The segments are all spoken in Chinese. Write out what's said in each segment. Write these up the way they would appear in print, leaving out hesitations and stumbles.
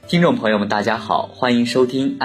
听众朋友们大家好，欢迎收听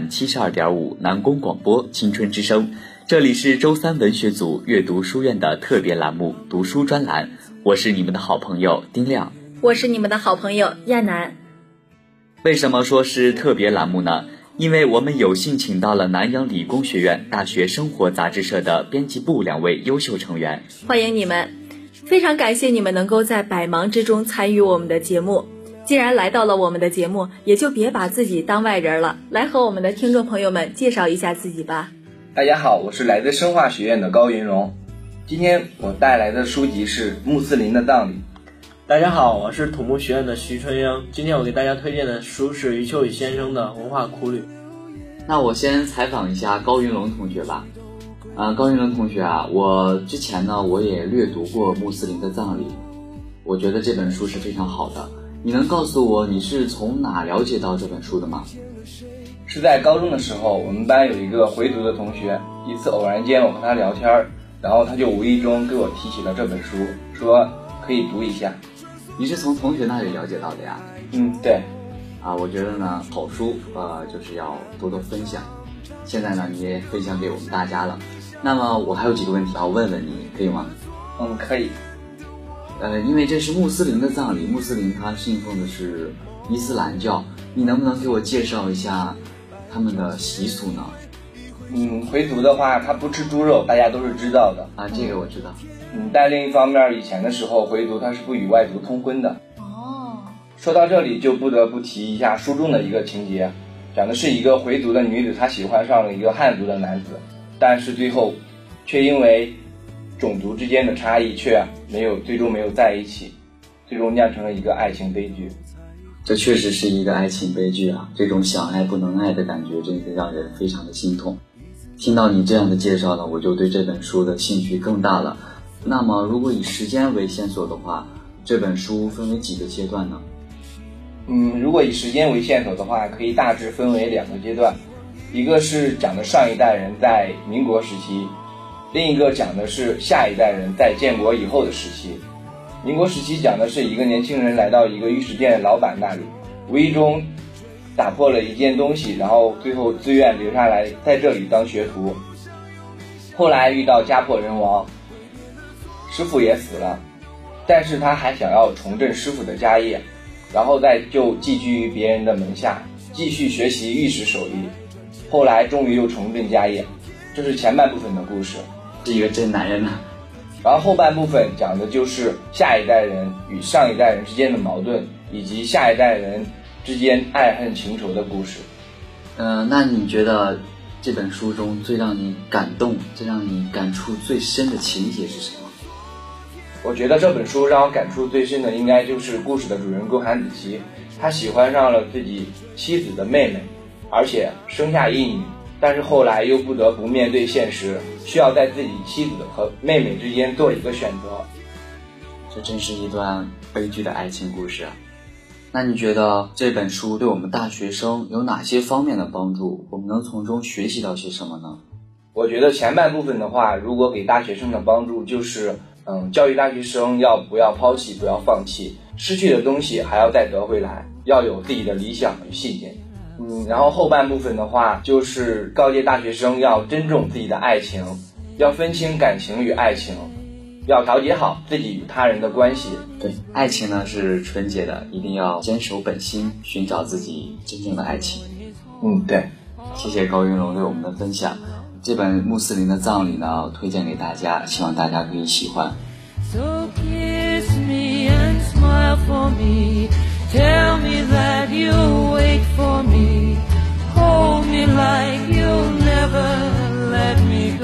FM72.5 南宫广播青春之声，这里是周三文学组阅读书院的特别栏目读书专栏，我是你们的好朋友丁亮， 我是你们的好朋友亚楠。 为什么说是特别栏目呢？因为我们有幸请到了南洋理工学院大学生活杂志社的编辑部2位优秀成员， 欢迎你们，非常感谢你们能够在百忙之中参与我们的节目。既然来到了我们的节目，也就别把自己当外人了，来和我们的听众朋友们介绍一下自己吧。 大家好，我是来自生化学院的高云荣，今天我带来的书籍是《穆斯林的葬礼》。 大家好，我是土木学院的徐春英，今天我给大家推荐的书是余秋雨先生的《文化苦旅》。 那我先采访一下高云龙同学吧。高云龙同学啊，我之前呢我也略读过《穆斯林的葬礼》，我觉得这本书是非常好的。你能告诉我你是从哪了解到这本书的吗？ 是在高中的时候，我们班有一个回读的同学，一次偶然间我和他聊天，然后他就无意中给我提起了这本书，说可以读一下。 你是从同学那里了解到的呀？ 对。 我觉得呢，好书就是要多多分享。现在呢，你也分享给我们大家了。那么我还有几个问题要问问你，可以吗？ 可以。 因为这是穆斯林的葬礼，穆斯林他信奉的是伊斯兰教，你能不能给我介绍一下他们的习俗呢？ 回族的话，他不吃猪肉，大家都是知道的啊，这个我知道。 但另一方面，以前的时候回族他是不与外族通婚的。说到这里，就不得不提一下书中的一个情节，讲的是一个回族的女子，她喜欢上了一个汉族的男子，但是最后却因为种族之间的差异却最终没有在一起，最终酿成了一个爱情悲剧。 这确实是一个爱情悲剧啊！这种想爱不能爱的感觉真的让人非常的心痛。听到你这样的介绍呢，我就对这本书的兴趣更大了。那么如果以时间为线索的话，这本书分为几个阶段呢？ 如果以时间为线索的话，可以大致分为2个阶段，一个是讲的上一代人在民国时期，另一个讲的是下一代人在建国以后的时期。民国时期讲的是一个年轻人来到一个玉石店老板那里，无意中打破了一件东西，然后最后自愿留下来在这里当学徒。后来遇到家破人亡，师傅也死了，但是他还想要重振师傅的家业，然后就寄居于别人的门下，继续学习玉石手艺，后来终于又重振家业。这是前半部分的故事， 是一个真男人呢。 然后后半部分讲的就是下一代人与上一代人之间的矛盾，以及下一代人之间爱恨情仇的故事。 那你觉得这本书中最让你感动、最让你感触最深的情节是什么？ 我觉得这本书让我感触最深的应该就是故事的主人公韩子琪，他喜欢上了自己妻子的妹妹，而且生下一女，但是后来又不得不面对现实，需要在自己妻子和妹妹之间做一个选择。 这真是一段悲剧的爱情故事啊！那你觉得这本书对我们大学生有哪些方面的帮助？我们能从中学习到些什么呢？ 我觉得前半部分的话，如果给大学生的帮助就是教育大学生不要抛弃，不要放弃，失去的东西还要再得回来，要有自己的理想与信念。然后后半部分的话，就是告诫大学生要珍重自己的爱情，要分清感情与爱情，要调节好自己与他人的关系。 对，爱情呢是纯洁的，一定要坚守本心，寻找自己真正的爱情。 对。 谢谢高云龙对我们的分享。这本穆斯林的葬礼呢，推荐给大家，希望大家可以喜欢。 So kiss me and smile for me, tell me that you'll wait for me, hold me like you'll never let me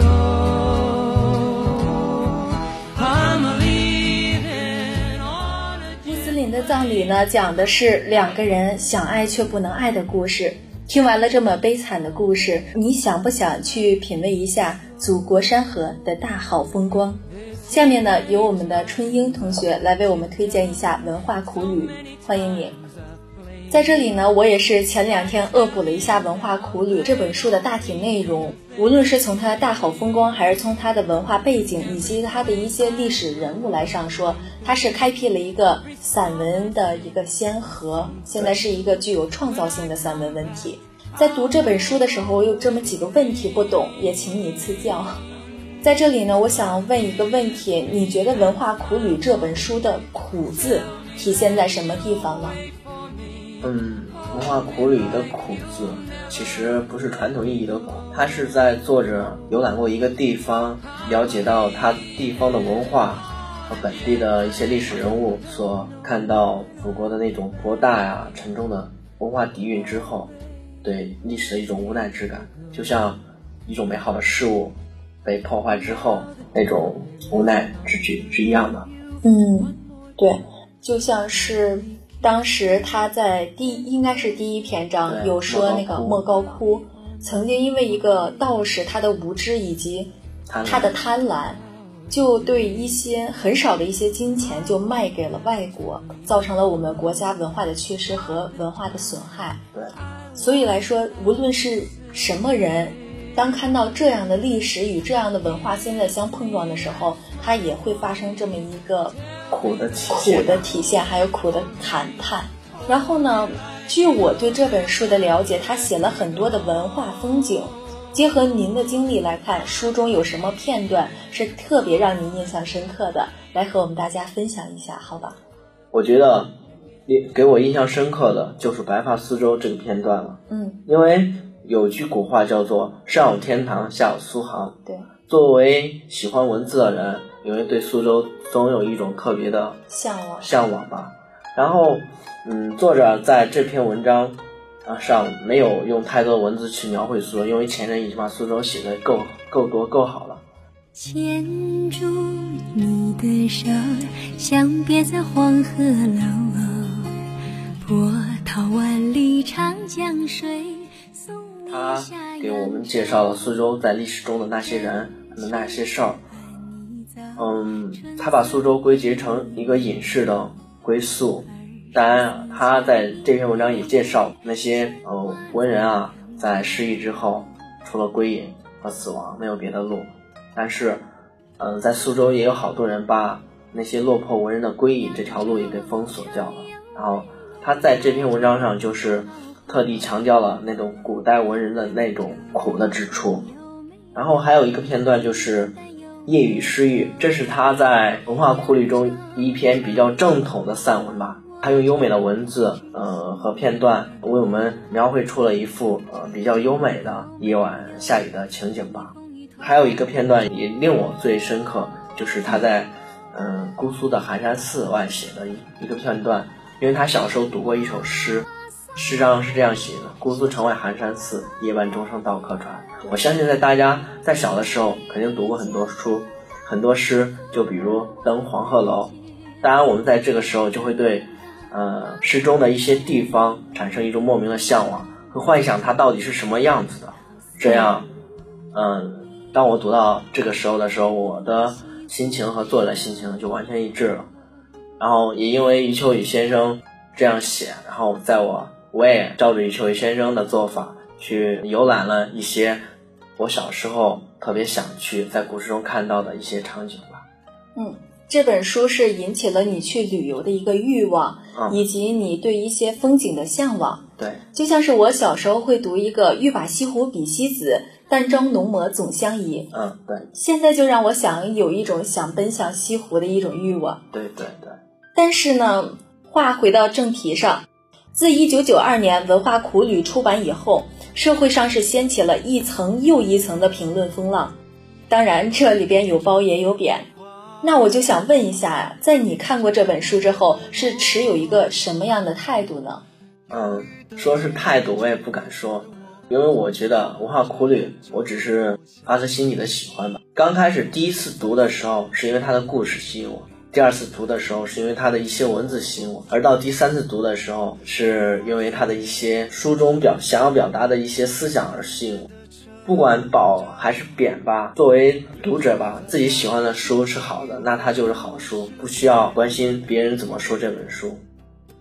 go. I'm leaving on a 穆斯林的葬礼呢，讲的是2个人想爱却不能爱的故事。听完了这么悲惨的故事，你想不想去品味一下祖国山河的大好风光？下面呢，由我们的春英同学来为我们推荐一下文化苦旅，欢迎你。 在这里呢，我也是前2天恶补了一下《文化苦旅》这本书的大体内容，无论是从它的大好风光，还是从它的文化背景以及它的一些历史人物来上说，它是开辟了一个散文的一个先河，现在是一个具有创造性的散文文体。在读这本书的时候，我有这么几个问题不懂，也请你赐教。在这里呢，我想问一个问题，你觉得《文化苦旅》这本书的苦字体现在什么地方呢？ 文化苦旅的苦字其实不是传统意义的苦，它是在作者游览过一个地方，了解到它地方的文化和本地的一些历史人物所看到祖国的那种博大呀、沉重的文化底蕴之后，对历史的一种无奈之感，就像一种美好的事物被破坏之后那种无奈之举是一样的。 对，就像是当时他在应该是第1篇章有说那个莫高窟曾经因为一个道士他的无知以及他的贪婪，就对一些很少的一些金钱就卖给了外国，造成了我们国家文化的缺失和文化的损害。 对， 所以来说，无论是什么人，当看到这样的历史与这样的文化现在相碰撞的时候，它也会发生这么一个苦的体现， 还有苦的感叹。然后呢，据我对这本书的了解，他写了很多的文化风景，结合您的经历来看，书中有什么片段是特别让您印象深刻的，来和我们大家分享一下好吧？ 我觉得给我印象深刻的就是白发苏州这个片段了。因为有句古话叫做上有天堂，下有苏杭。 对， 作为喜欢文字的人，因为对苏州总有一种特别的向往吧。然后作者在这篇文章上没有用太多文字去描绘苏州，因为前人已经把苏州写得够多够好了。 牵住你的手，相别在黄河楼，波涛万里长江水。 他给我们介绍了苏州在历史中的那些人和那些事儿。他把苏州归结成一个隐士的归宿。当然他在这篇文章也介绍那些文人啊，在失意之后除了归隐和死亡没有别的路。但是在苏州也有好多人把那些落魄文人的归隐这条路也给封锁掉了。然后他在这篇文章上就是特地强调了那种古代文人的那种苦的之处。然后还有一个片段就是夜雨诗玉，这是他在文化苦旅中一篇比较正统的散文吧。他用优美的文字和片段为我们描绘出了一幅比较优美的夜晚下雨的情景吧。还有一个片段也令我最深刻，就是他在姑苏的寒山寺外写的一个片段。因为他小时候读过一首诗，诗上是这样写的：姑苏城外寒山寺，夜半钟声到客船。我相信大家在小的时候肯定读过很多书很多诗，就比如登黄鹤楼。当然我们在这个时候就会对诗中的一些地方产生一种莫名的向往，会幻想它到底是什么样子的。这样当我读到这个时候的时候，我的心情和作者的心情就完全一致了。然后也因为余秋雨先生这样写，然后我也照着余秋雨先生的做法去游览了一些我小时候特别想去在古诗中看到的一些场景吧。 这本书是引起了你去旅游的一个欲望，以及你对一些风景的向往。 对， 就像是我小时候会读一个欲把西湖比西子，淡妆浓抹总相宜。 对， 现在就让我有一种想奔向西湖的一种欲望。 对。 但是呢，话回到正题上，自1992年《文化苦旅》出版以后，社会上是掀起了一层又一层的评论风浪。当然这里边有褒也有贬。那我就想问一下，在你看过这本书之后，是持有一个什么样的态度呢？ 说是态度我也不敢说，因为我觉得文化苦旅我只是发自心底的喜欢吧。刚开始第一次读的时候是因为它的故事吸引我，第二次读的时候是因为它的一些文字吸引我，而到第三次读的时候是因为它的一些书中想要表达的一些思想而吸引我。不管褒还是贬吧，作为读者吧，自己喜欢的书是好的，那它就是好书，不需要关心别人怎么说这本书。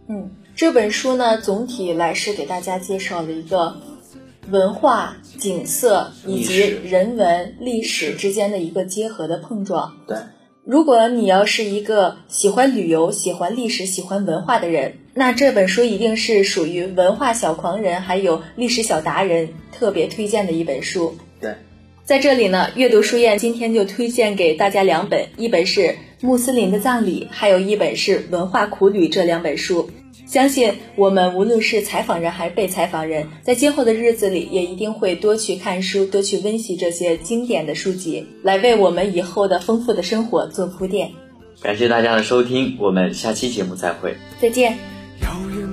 这本书呢，总体来是给大家介绍了一个文化、景色以及人文、历史之间的一个结合的碰撞。 对， 如果你要是一个喜欢旅游、喜欢历史、喜欢文化的人，那这本书一定是属于文化小狂人还有历史小达人特别推荐的一本书。 对， 在这里呢，阅读书宴今天就推荐给大家2本，一本是《穆斯林的葬礼》，还有一本是《文化苦旅》，这2本书。相信我们无论是采访人还是被采访人，在今后的日子里也一定会多去看书，多去温习这些经典的书籍，来为我们以后的丰富的生活做铺垫。 感谢大家的收听，我们下期节目再会， 再见。 遥远